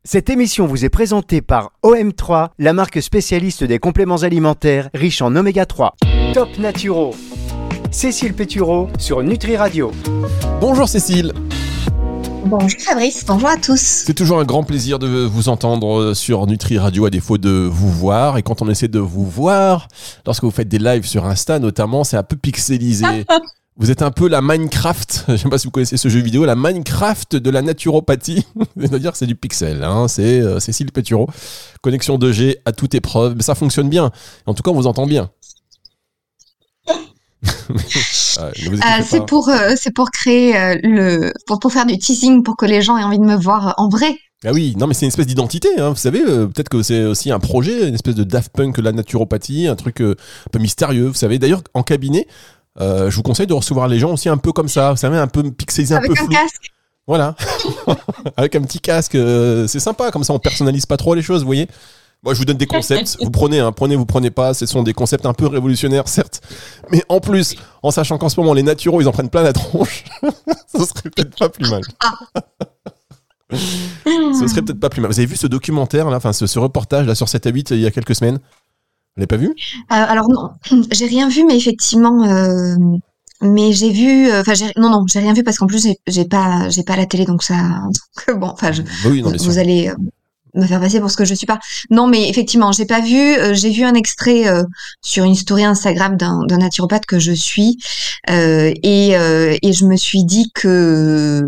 Cette émission vous est présentée par OM3, la marque spécialiste des compléments alimentaires riches en oméga 3. Top Naturo. Cécile Pétureau sur Nutri Radio. Bonjour Cécile. Bonjour Fabrice, bonjour à tous. C'est toujours un grand plaisir de vous entendre sur Nutri Radio à défaut de vous voir. Et quand on essaie de vous voir, lorsque vous faites des lives sur Insta notamment, c'est un peu pixelisé. Vous êtes un peu la Minecraft, je ne sais pas si vous connaissez ce jeu vidéo, la Minecraft de la naturopathie. C'est-à-dire que c'est du pixel, hein. C'est Cécile Pétureau. Connexion 2G à toute épreuve, mais ça fonctionne bien. En tout cas, on vous entend bien. C'est pour créer pour faire du teasing pour que les gens aient envie de me voir en vrai. Ah oui, non mais c'est une espèce d'identité, hein. Vous savez, peut-être que c'est aussi un projet, une espèce de Daft Punk, la naturopathie, un truc un peu mystérieux. Vous savez, d'ailleurs, en cabinet, je vous conseille de recevoir les gens aussi un peu comme ça, vous savez, un peu pixelisé, un peu flou. Avec un casque. Voilà, avec un petit casque, c'est sympa, comme ça on personnalise pas trop les choses, vous voyez. Moi je vous donne des concepts, vous prenez, vous prenez pas, ce sont des concepts un peu révolutionnaires certes, mais en plus, en sachant qu'en ce moment les naturaux ils en prennent plein la tronche, ce serait peut-être pas plus mal. Ce serait peut-être pas plus mal. Vous avez vu ce documentaire là, enfin ce reportage là sur 7 à 8 il y a quelques semaines? Vous l'avez pas vu? Alors non, j'ai rien vu, mais effectivement, mais j'ai vu, j'ai rien vu parce qu'en plus j'ai pas la télé, donc ça, donc bon, enfin oui, non, vous allez me faire passer pour ce que je suis pas. Non, mais effectivement, j'ai pas vu. J'ai vu un extrait sur une story Instagram d'un naturopathe que je suis, et je me suis dit que,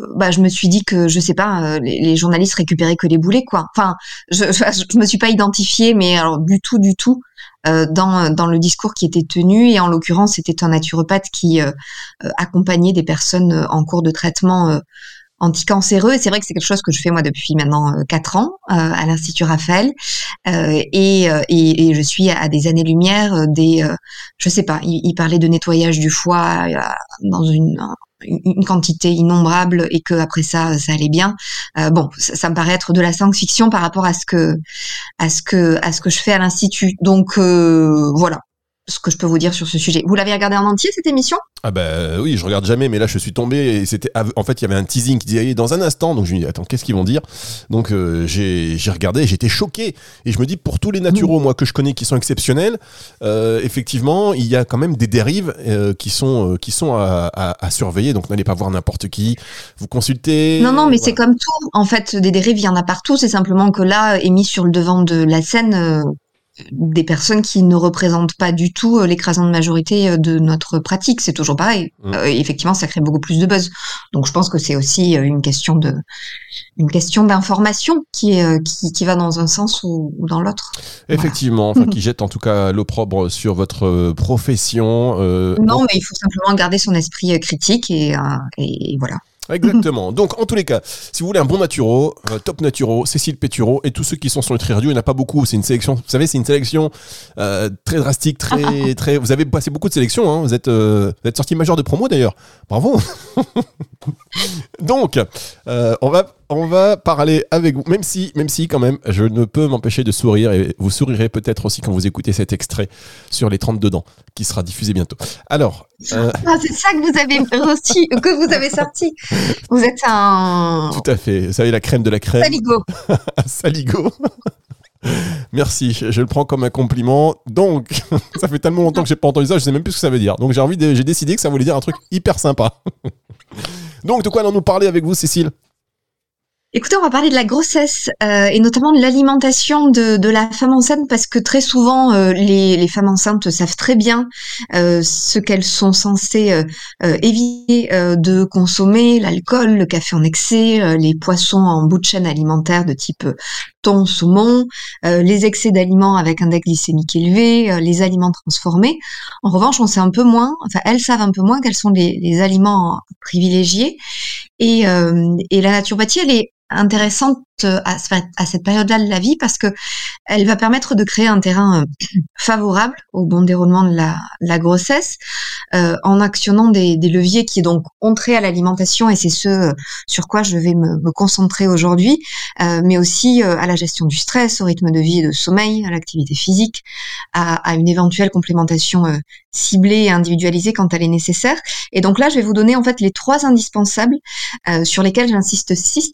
je sais pas, les journalistes récupéraient que les boulets, quoi. Enfin, je me suis pas identifiée, mais alors du tout, dans le discours qui était tenu, et en l'occurrence, c'était un naturopathe qui accompagnait des personnes en cours de traitement anticancéreux, et c'est vrai que c'est quelque chose que je fais moi depuis maintenant 4 ans à l'Institut Raphaël, et je suis à des années-lumière je sais pas, il parlait de nettoyage du foie dans une quantité innombrable, et que après ça allait bien. Bon, ça me paraît être de la science-fiction par rapport à ce que je fais à l'Institut. Donc voilà ce que je peux vous dire sur ce sujet. Vous l'avez regardé en entier, cette émission? Ah bah oui, je regarde jamais, mais là je suis tombé et c'était, en fait il y avait un teasing qui disait dans un instant, donc je me dis attends, qu'est-ce qu'ils vont dire? Donc j'ai regardé et j'étais choqué, et je me dis pour tous les naturaux moi que je connais qui sont exceptionnels, effectivement il y a quand même des dérives qui sont à surveiller, donc n'allez pas voir n'importe qui, vous consultez. Non, mais voilà. C'est comme tout, en fait, des dérives il y en a partout, c'est simplement que là est mis sur le devant de la scène des personnes qui ne représentent pas du tout l'écrasante majorité de notre pratique. C'est toujours pareil. Effectivement, ça crée beaucoup plus de buzz. Donc, je pense que c'est aussi une question d'information qui va dans un sens ou dans l'autre. Effectivement, voilà. Enfin, qui jette en tout cas l'opprobre sur votre profession. Non, mais il faut simplement garder son esprit critique, et voilà. Exactement. Donc, en tous les cas, si vous voulez un bon naturo, top naturo, Cécile Pétureau, et tous ceux qui sont sur Nutri Radio, il n'y en a pas beaucoup. C'est une sélection, vous savez, c'est une sélection très drastique, très. Vous avez passé beaucoup de sélections, hein. Vous êtes sorti major de promo d'ailleurs. Bravo. Donc, on va parler avec vous, même si quand même, je ne peux m'empêcher de sourire, et vous sourirez peut-être aussi quand vous écoutez cet extrait sur les 32 dents, qui sera diffusé bientôt. Alors. C'est ça que vous avez reçu, que vous avez sorti. Vous êtes un... Tout à fait. Vous savez, la crème de la crème. Saligo. Saligo. Merci, je le prends comme un compliment. Donc, ça fait tellement longtemps que j'ai pas entendu ça, je sais même plus ce que ça veut dire. Donc, j'ai décidé que ça voulait dire un truc hyper sympa. Donc, de quoi allons-nous parler avec vous, Cécile ? Écoutez, on va parler de la grossesse et notamment de l'alimentation de la femme enceinte, parce que très souvent les femmes enceintes savent très bien ce qu'elles sont censées éviter de consommer: l'alcool, le café en excès, les poissons en bout de chaîne alimentaire de type thon, saumon, les excès d'aliments avec index glycémique élevé, les aliments transformés. En revanche, on sait un peu moins, enfin elles savent un peu moins quels sont les aliments privilégiés, et la naturopathie, elle est intéressante à cette période-là de la vie, parce que elle va permettre de créer un terrain favorable au bon déroulement de la grossesse, en actionnant des leviers qui donc ont trait à l'alimentation, et c'est ce sur quoi je vais me concentrer aujourd'hui, mais aussi à la gestion du stress, au rythme de vie et de sommeil, à l'activité physique, à une éventuelle complémentation ciblée et individualisée quand elle est nécessaire. Et donc là, je vais vous donner en fait les 3 indispensables sur lesquels j'insiste systématiquement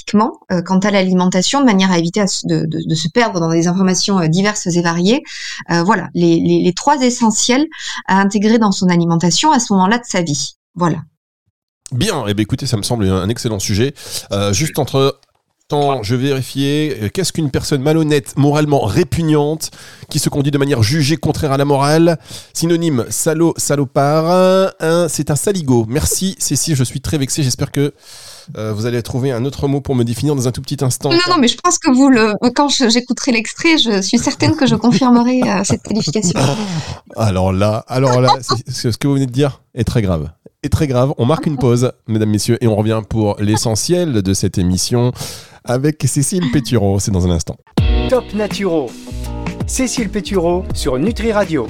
schématiquement quant à l'alimentation, de manière à éviter de se perdre dans des informations diverses et variées. Voilà, les 3 essentiels à intégrer dans son alimentation à ce moment-là de sa vie. Voilà. Bien, eh bien écoutez, ça me semble un excellent sujet. Juste entre temps, je vais vérifier. Qu'est-ce qu'une personne malhonnête, moralement répugnante, qui se conduit de manière jugée contraire à la morale? Synonyme, salaud, salopard. C'est un saligo. Merci Cécile, je suis très vexé. J'espère que vous allez trouver un autre mot pour me définir dans un tout petit instant. Non, mais je pense que quand j'écouterai l'extrait, je suis certaine que je confirmerai cette qualification. Alors là, ce que vous venez de dire est très grave. On marque une pause, mesdames, messieurs, et on revient pour l'essentiel de cette émission avec Cécile Pétureau. C'est dans un instant. Top Naturo. Cécile Pétureau sur Nutri Radio.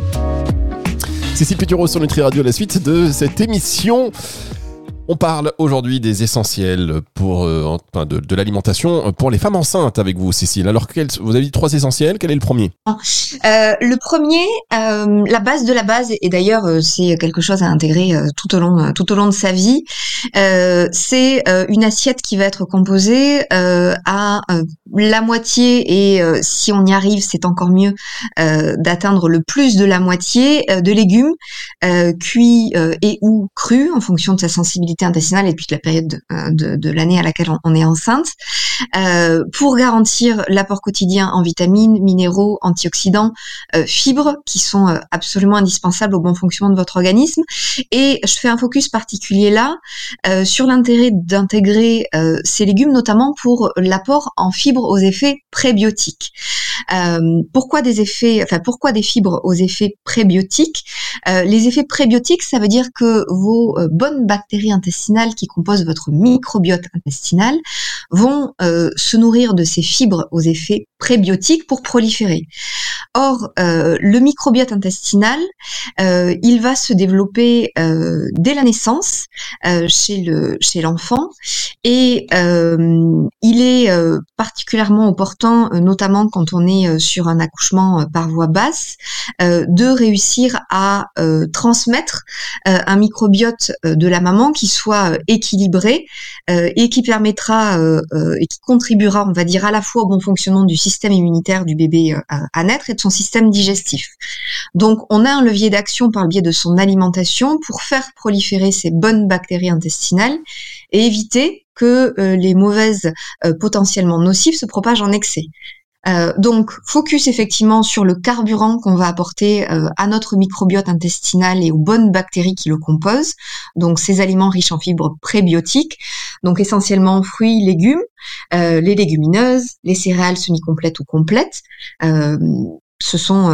Cécile Pétureau sur Nutri Radio, la suite de cette émission. On parle aujourd'hui des essentiels de l'alimentation pour les femmes enceintes avec vous, Cécile. Alors, vous avez dit 3 essentiels. Quel est le premier ? Le premier, la base de la base, et d'ailleurs c'est quelque chose à intégrer tout au long de sa vie. C'est une assiette qui va être composée à la moitié, et si on y arrive, c'est encore mieux, d'atteindre le plus de la moitié de légumes cuits et ou crus en fonction de sa sensibilité intestinale et puis de la période de l'année à laquelle on est enceinte, pour garantir l'apport quotidien en vitamines, minéraux, antioxydants, fibres qui sont absolument indispensables au bon fonctionnement de votre organisme. Et je fais un focus particulier là sur l'intérêt d'intégrer ces légumes, notamment pour l'apport en fibres aux effets prébiotiques. Pourquoi des fibres aux effets prébiotiques? Les effets prébiotiques, ça veut dire que vos bonnes bactéries intestinales qui composent votre microbiote intestinal vont se nourrir de ces fibres aux effets prébiotiques pour proliférer. Or, le microbiote intestinal, il va se développer dès la naissance chez l'enfant, et il est particulièrement opportun, notamment quand on est sur un accouchement par voie basse, de réussir à transmettre un microbiote de la maman qui soit équilibré et qui permettra et qui contribuera, on va dire, à la fois au bon fonctionnement du système immunitaire du bébé à naître et de son système digestif. Donc, on a un levier d'action par le biais de son alimentation pour faire proliférer ces bonnes bactéries intestinales et éviter que les mauvaises potentiellement nocives se propagent en excès. Donc, focus effectivement sur le carburant qu'on va apporter à notre microbiote intestinal et aux bonnes bactéries qui le composent. Donc, ces aliments riches en fibres prébiotiques, donc essentiellement fruits, légumes, les légumineuses, les céréales semi-complètes ou complètes. Ce sont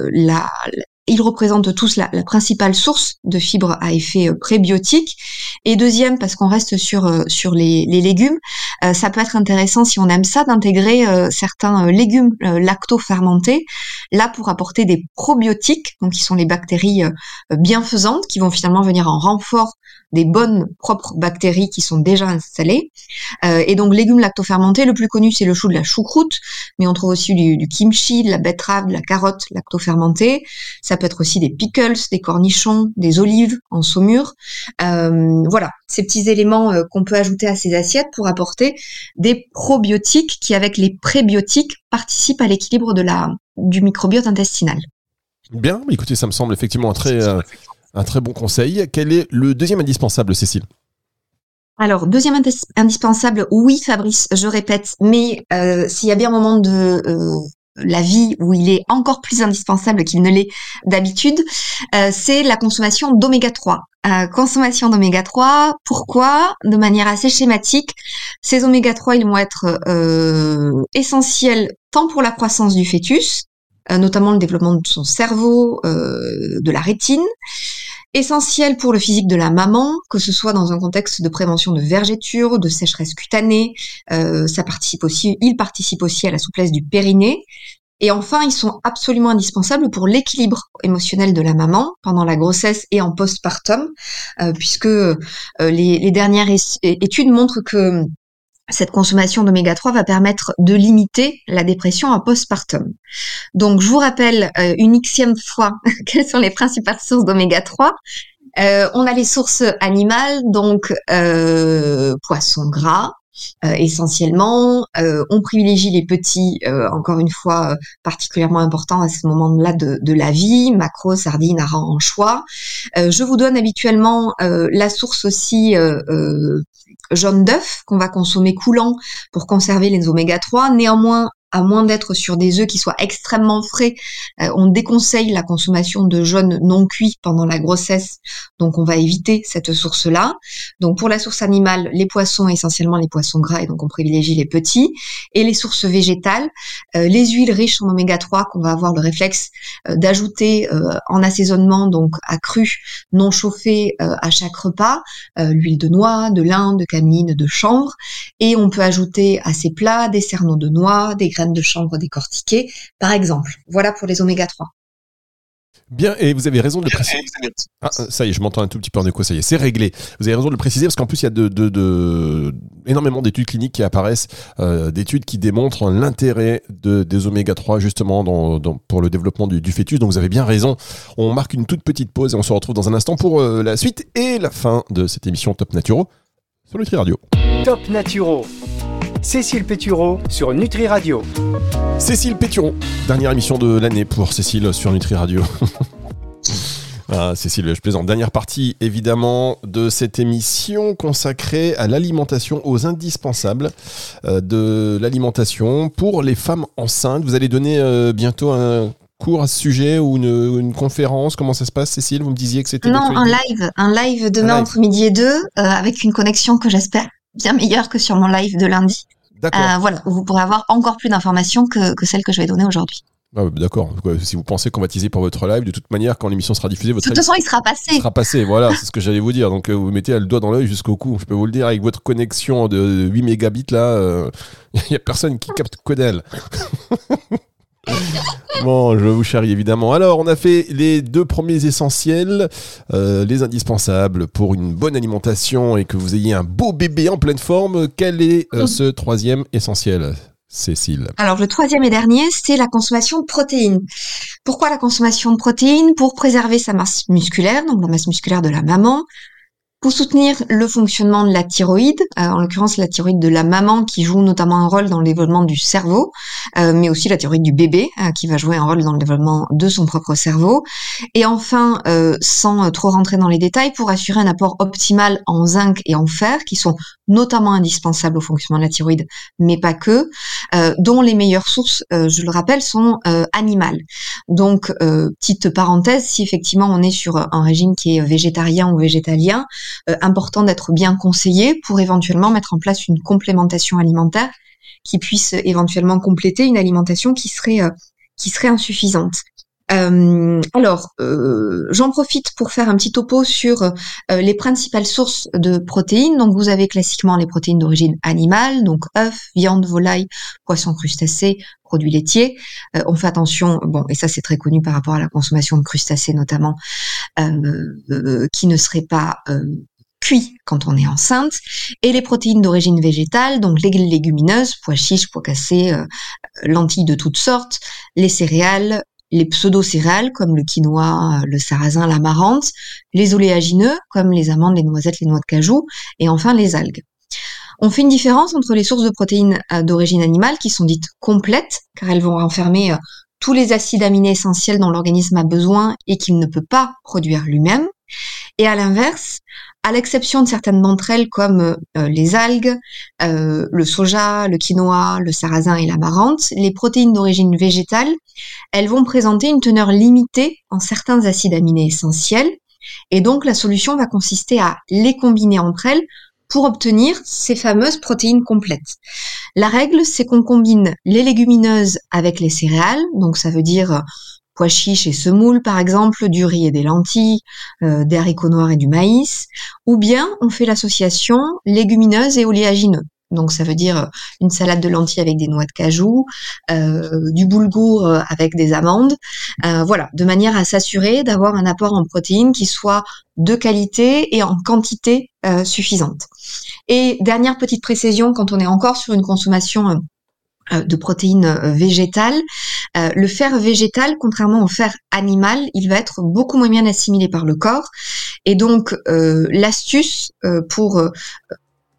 ils représentent tous la principale source de fibres à effet prébiotique. Et deuxième, parce qu'on reste sur les légumes, ça peut être intéressant, si on aime ça, d'intégrer certains légumes lacto-fermentés, là pour apporter des probiotiques, donc qui sont les bactéries bienfaisantes, qui vont finalement venir en renfort des bonnes propres bactéries qui sont déjà installées. Et donc légumes lacto-fermentés, le plus connu c'est le chou de la choucroute, mais on trouve aussi du kimchi, de la betterave, de la carotte lacto-fermentée. Ça peut être aussi des pickles, des cornichons, des olives en saumure. Voilà, ces petits éléments qu'on peut ajouter à ces assiettes pour apporter des probiotiques qui, avec les prébiotiques, participent à l'équilibre du microbiote intestinal. Bien, écoutez, ça me semble effectivement un très bon conseil. Quel est le deuxième indispensable, Cécile ? Alors, deuxième indispensable, oui Fabrice, je répète, mais s'il y a bien un moment de la vie où il est encore plus indispensable qu'il ne l'est d'habitude, c'est la consommation d'oméga 3. Consommation d'oméga 3, pourquoi ? De manière assez schématique, ces oméga 3, ils vont être essentiels tant pour la croissance du fœtus, notamment le développement de son cerveau, de la rétine, essentiel pour le physique de la maman, que ce soit dans un contexte de prévention de vergetures, de sécheresse cutanée, il participe aussi à la souplesse du périnée. Et enfin, ils sont absolument indispensables pour l'équilibre émotionnel de la maman pendant la grossesse et en postpartum, puisque les dernières études montrent que cette consommation d'oméga 3 va permettre de limiter la dépression en postpartum. Donc, je vous rappelle une xème fois quelles sont les principales sources d'oméga 3. On a les sources animales, donc poissons gras, essentiellement. On privilégie les petits, encore une fois, particulièrement important à ce moment-là de la vie, maquereau, sardines, harengs, anchois. Je vous donne habituellement la source aussi jaune d'œuf qu'on va consommer coulant pour conserver les oméga 3. Néanmoins, à moins d'être sur des œufs qui soient extrêmement frais, on déconseille la consommation de jaune non cuit pendant la grossesse, donc on va éviter cette source-là. Donc pour la source animale, les poissons, essentiellement les poissons gras, et donc on privilégie les petits, et les sources végétales, les huiles riches en oméga 3 qu'on va avoir le réflexe d'ajouter en assaisonnement, donc à cru, non chauffé à chaque repas, l'huile de noix, de lin, de cameline, de chanvre, et on peut ajouter à ces plats des cerneaux de noix, des graines de chanvre décortiquées, par exemple. Voilà pour les oméga 3. Bien, et vous avez raison de le préciser. Ah, ça y est, je m'entends un tout petit peu en écho, ça y est, c'est réglé. Vous avez raison de le préciser parce qu'en plus, il y a énormément d'études cliniques qui apparaissent, d'études qui démontrent l'intérêt des oméga 3 justement pour le développement du fœtus. Donc vous avez bien raison. On marque une toute petite pause et on se retrouve dans un instant pour la suite et la fin de cette émission Top Naturo sur Nutri Radio. Top Naturo. Cécile Pétureau sur Nutri Radio. Cécile Pétureau, dernière émission de l'année pour Cécile sur Nutri Radio. Ah, Cécile, je plaisante. Dernière partie, évidemment, de cette émission consacrée à l'alimentation, aux indispensables de l'alimentation pour les femmes enceintes. Vous allez donner bientôt un cours à ce sujet ou une conférence. Comment ça se passe, Cécile? Vous me disiez que c'était... Non, un live demain entre midi et 2 avec une connexion que j'espère bien meilleure que sur mon live de lundi. D'accord. Voilà, vous pourrez avoir encore plus d'informations que celles que je vais donner aujourd'hui. Ah, d'accord. Si vous pensez qu'on va teaser pour votre live, de toute manière, quand l'émission sera diffusée, votre de toute façon, il sera passé. Il sera passé, voilà, c'est ce que j'allais vous dire. Donc, vous mettez le doigt dans l'œil jusqu'au cou. Je peux vous le dire, avec votre connexion de 8 mégabits, là, il n'y a personne qui capte que dalle. Bon, je vous charrie évidemment. Alors, on a fait les 2 premiers essentiels, les indispensables pour une bonne alimentation et que vous ayez un beau bébé en pleine forme. Quel est ce 3e essentiel, Cécile? Alors, le 3e et dernier, c'est la consommation de protéines. Pourquoi la consommation de protéines? Pour préserver sa masse musculaire, donc la masse musculaire de la maman. Pour soutenir le fonctionnement de la thyroïde, en l'occurrence la thyroïde de la maman qui joue notamment un rôle dans le développement du cerveau, mais aussi la thyroïde du bébé qui va jouer un rôle dans le développement de son propre cerveau. Et enfin, sans trop rentrer dans les détails, pour assurer un apport optimal en zinc et en fer, qui sont notamment indispensables au fonctionnement de la thyroïde, mais pas que, dont les meilleures sources, je le rappelle, sont animales. Donc, petite parenthèse, si effectivement on est sur un régime qui est végétarien ou végétalien, important d'être bien conseillé pour éventuellement mettre en place une complémentation alimentaire qui puisse éventuellement compléter une alimentation qui serait insuffisante. Alors, j'en profite pour faire un petit topo sur les principales sources de protéines. Donc, vous avez classiquement les protéines d'origine animale, donc œufs, viande, volaille, poissons, crustacés, produits laitiers. On fait attention, et ça c'est très connu par rapport à la consommation de crustacés notamment, qui ne seraient pas cuits quand on est enceinte, et les protéines d'origine végétale, donc les légumineuses, pois chiches, pois cassés, lentilles de toutes sortes, les céréales, les pseudo-céréales comme le quinoa, le sarrasin, l'amarante, les oléagineux comme les amandes, les noisettes, les noix de cajou, et enfin les algues. On fait une différence entre les sources de protéines d'origine animale qui sont dites complètes, car elles vont renfermer tous les acides aminés essentiels dont l'organisme a besoin et qu'il ne peut pas produire lui-même, et à l'inverse, à l'exception de certaines d'entre elles comme les algues, le soja, le quinoa, le sarrasin et l'amarante, les protéines d'origine végétale, elles vont présenter une teneur limitée en certains acides aminés essentiels, et donc la solution va consister à les combiner entre elles pour obtenir ces fameuses protéines complètes. La règle, c'est qu'on combine les légumineuses avec les céréales, donc ça veut dire pois chiches et semoules par exemple, du riz et des lentilles, des haricots noirs et du maïs, ou bien on fait l'association légumineuses et oléagineux. Donc ça veut dire une salade de lentilles avec des noix de cajou, du boulgour avec des amandes, voilà, de manière à s'assurer d'avoir un apport en protéines qui soit de qualité et en quantité suffisante. Et dernière petite précision, quand on est encore sur une consommation de protéines végétales, le fer végétal, contrairement au fer animal, il va être beaucoup moins bien assimilé par le corps. Et donc, l'astuce pour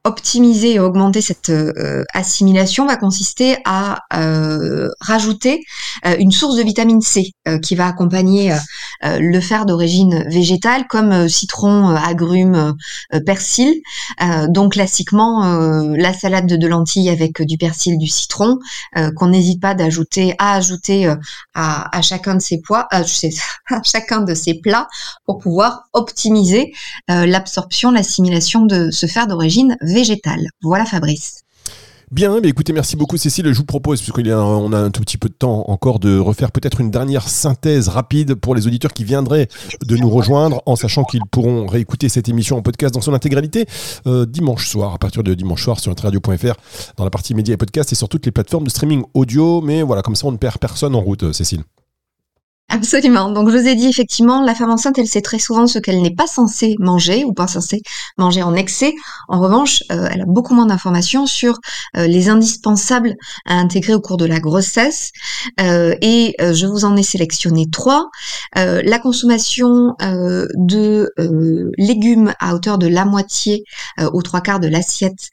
optimiser et augmenter cette assimilation va consister à rajouter une source de vitamine C qui va accompagner le fer d'origine végétale comme citron, agrumes, persil. Donc classiquement la salade de lentilles avec du persil, du citron qu'on n'hésite pas à ajouter à chacun de ces à chacun de ces plats pour pouvoir optimiser l'absorption, l'assimilation de ce fer d'origine végétale. Voilà Fabrice. Bien, mais écoutez, merci beaucoup Cécile. Je vous propose, puisqu'on a un tout petit peu de temps encore, de refaire peut-être une dernière synthèse rapide pour les auditeurs qui viendraient de nous rejoindre, en sachant qu'ils pourront réécouter cette émission en podcast dans son intégralité dimanche soir, à partir de dimanche soir sur nutriradio.fr, dans la partie médias et podcasts et sur toutes les plateformes de streaming audio. Mais voilà, comme ça on ne perd personne en route, Cécile. Absolument. Donc, je vous ai dit, effectivement, la femme enceinte, elle sait très souvent ce qu'elle n'est pas censée manger ou pas censée manger en excès. En revanche, elle a beaucoup moins d'informations sur les indispensables à intégrer au cours de la grossesse. Et je vous en ai sélectionné 3. La consommation de légumes à hauteur de la moitié aux 3/4 de l'assiette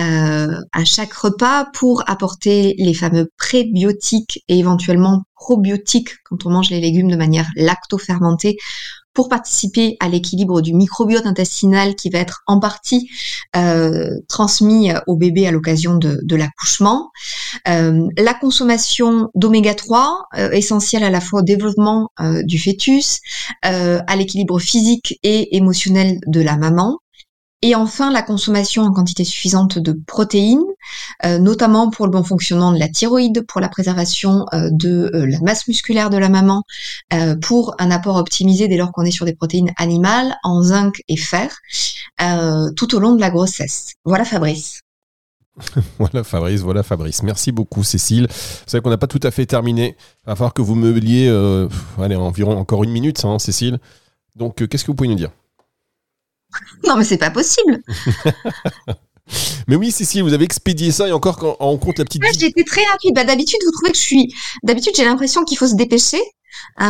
à chaque repas pour apporter les fameux prébiotiques et éventuellement probiotiques quand on mange les légumes de manière lacto-fermentée pour participer à l'équilibre du microbiote intestinal qui va être en partie transmis au bébé à l'occasion de l'accouchement. La consommation d'oméga 3, essentielle à la fois au développement du fœtus, à l'équilibre physique et émotionnel de la maman. Et enfin, la consommation en quantité suffisante de protéines, notamment pour le bon fonctionnement de la thyroïde, pour la préservation de la masse musculaire de la maman, pour un apport optimisé dès lors qu'on est sur des protéines animales en zinc et fer, tout au long de la grossesse. Voilà Fabrice. Voilà Fabrice. Merci beaucoup Cécile. Vous savez qu'on n'a pas tout à fait terminé. Il va falloir que vous meubliez environ encore 1 minute, hein, Cécile. Donc, qu'est-ce que vous pouvez nous dire ? Non, mais c'est pas possible. Mais oui, Cécile, vous avez expédié ça et encore quand on compte la petite. J'ai été très rapide. D'habitude, vous trouvez que D'habitude, j'ai l'impression qu'il faut se dépêcher. Et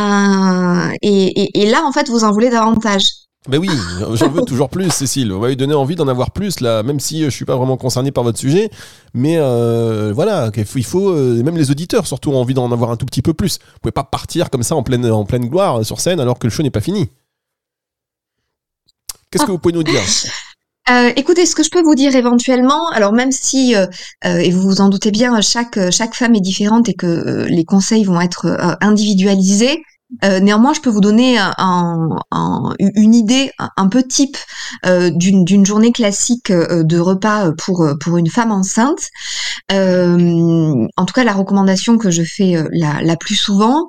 là, en fait, vous en voulez davantage. Ben oui, j'en veux toujours plus, Cécile. Vous m'avez donné envie d'en avoir plus, là, même si je suis pas vraiment concerné par votre sujet. Mais voilà, il faut même les auditeurs, surtout, ont envie d'en avoir un tout petit peu plus. Vous pouvez pas partir comme ça en pleine gloire sur scène alors que le show n'est pas fini. Qu'est-ce que vous pouvez nous dire ? Écoutez, ce que je peux vous dire éventuellement, alors même si, et vous vous en doutez bien, chaque femme est différente et que les conseils vont être individualisés, néanmoins, je peux vous donner une idée un peu type d'une journée classique de repas pour une femme enceinte. En tout cas, la recommandation que je fais la plus souvent,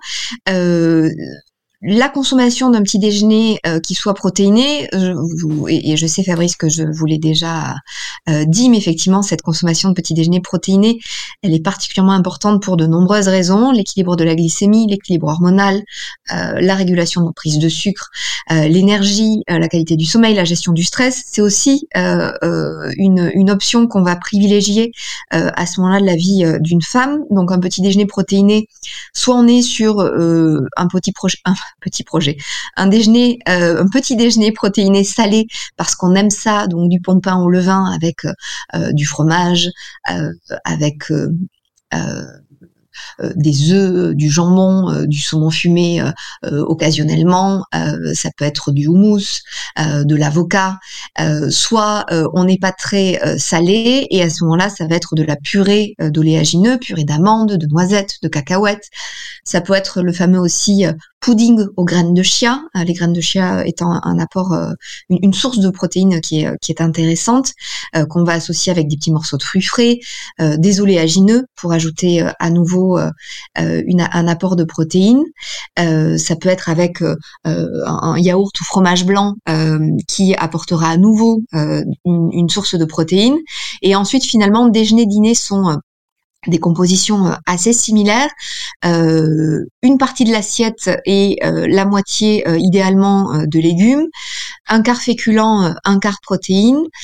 la consommation d'un petit déjeuner qui soit protéiné, et je sais Fabrice que je vous l'ai déjà dit, mais effectivement cette consommation de petit déjeuner protéiné, elle est particulièrement importante pour de nombreuses raisons: l'équilibre de la glycémie, l'équilibre hormonal, la régulation de la prise de sucre, l'énergie, la qualité du sommeil, la gestion du stress. C'est aussi une option qu'on va privilégier à ce moment-là de la vie d'une femme. Donc un petit déjeuner protéiné, soit on est sur un petit déjeuner protéiné salé parce qu'on aime ça, donc du pont de pain au levain avec du fromage, avec des œufs, du jambon, du saumon fumé occasionnellement, ça peut être du houmous, de l'avocat, soit on n'est pas très salé et à ce moment-là ça va être de la purée d'oléagineux, purée d'amandes, de noisettes, de cacahuètes. Ça peut être le fameux aussi pudding aux graines de chia, les graines de chia étant un apport, une source de protéines qui est intéressante, qu'on va associer avec des petits morceaux de fruits frais, des oléagineux pour ajouter à nouveau un apport de protéines. Ça peut être avec un yaourt ou fromage blanc qui apportera à nouveau une source de protéines. Et ensuite, finalement, déjeuner, dîner sont des compositions assez similaires. Une partie de l'assiette et la moitié idéalement de légumes, un quart féculent, un quart protéines.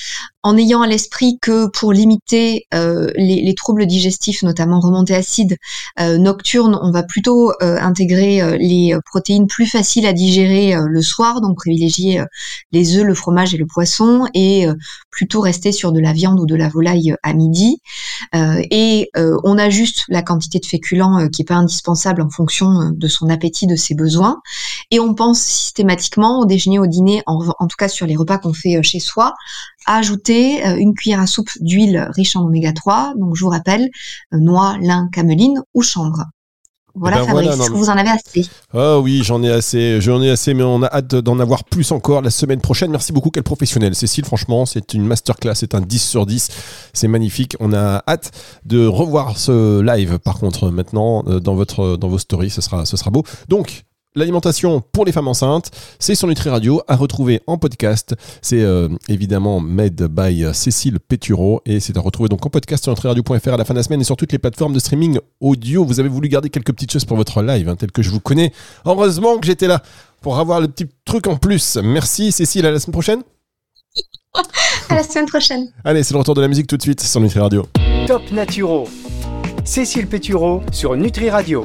en ayant à l'esprit que pour limiter les troubles digestifs, notamment remontée acide nocturne, on va plutôt intégrer les protéines plus faciles à digérer le soir, donc privilégier les œufs, le fromage et le poisson, et plutôt rester sur de la viande ou de la volaille à midi. On ajuste la quantité de féculents qui est pas indispensable en fonction de son appétit, de ses besoins. Et on pense systématiquement au déjeuner, au dîner, en tout cas sur les repas qu'on fait chez soi, à ajouter une cuillère à soupe d'huile riche en oméga 3. Donc je vous rappelle, noix, lin, cameline ou chanvre. Voilà, Fabrice, est-ce que vous en avez assez? Ah oui, j'en ai assez, mais on a hâte d'en avoir plus encore la semaine prochaine. Merci beaucoup, quel professionnel. Cécile, franchement, c'est une masterclass, c'est un 10 sur 10, c'est magnifique. On a hâte de revoir ce live, par contre, maintenant, dans vos stories, ce sera beau. Donc, l'alimentation pour les femmes enceintes, c'est sur Nutri Radio, à retrouver en podcast. C'est évidemment made by Cécile Pétureau et c'est à retrouver donc en podcast sur nutriradio.fr à la fin de la semaine et sur toutes les plateformes de streaming audio. Vous avez voulu garder quelques petites choses pour votre live, tel que je vous connais. Heureusement que j'étais là pour avoir le petit truc en plus. Merci Cécile, à la semaine prochaine. À la semaine prochaine. Allez, c'est le retour de la musique tout de suite sur Nutri Radio. Top Naturo. Cécile Pétureau sur Nutri Radio.